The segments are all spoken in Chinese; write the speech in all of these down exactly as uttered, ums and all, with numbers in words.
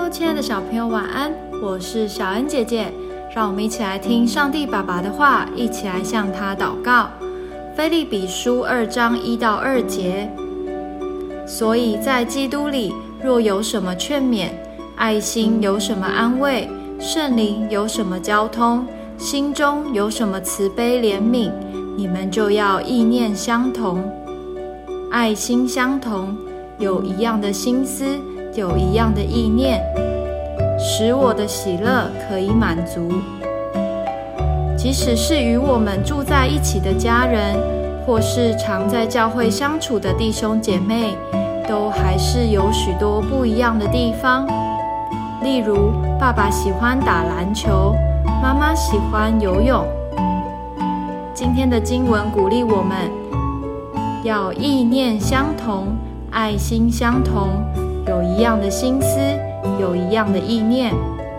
Hello， 亲爱的小朋友，晚安！我是小恩姐姐，让我们一起来听上帝爸爸的话，一起来向他祷告。腓立比书二章一到二节。所以在基督里，若有什么劝勉，爱心有什么安慰，圣灵有什么交通，心中有什么慈悲怜悯，你们就要意念相同，爱心相同，有一样的心思，有一样的意念，使我的喜乐可以满足。即使是与我们住在一起的家人，或是常在教会相处的弟兄姐妹，都还是有许多不一样的地方。例如，爸爸喜欢打篮球，妈妈喜欢游泳。今天的经文鼓励我们要意念相同，爱心相同，有一样的心思，有一样的意念。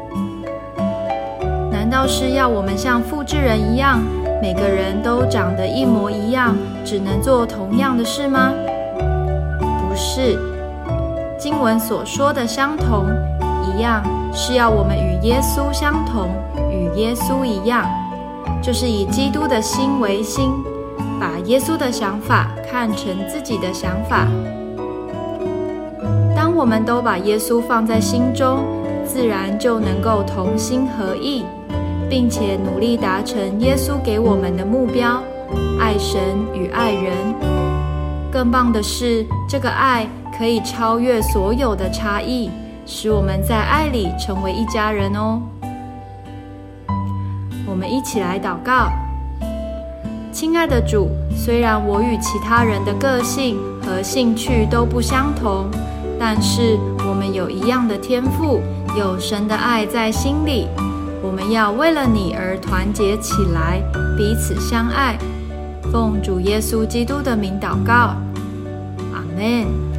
难道是要我们像复制人一样，每个人都长得一模一样，只能做同样的事吗？不是，经文所说的相同一样，是要我们与耶稣相同，与耶稣一样，就是以基督的心为心，把耶稣的想法看成自己的想法。当我们都把耶稣放在心中，自然就能够同心合意，并且努力达成耶稣给我们的目标，爱神与爱人。更棒的是，这个爱可以超越所有的差异，使我们在爱里成为一家人哦。我们一起来祷告。亲爱的主，虽然我与其他人的个性和兴趣都不相同，但是我们有一样的天赋，有神的爱在心里。我们要为了你而团结起来，彼此相爱。奉主耶稣基督的名祷告，阿们。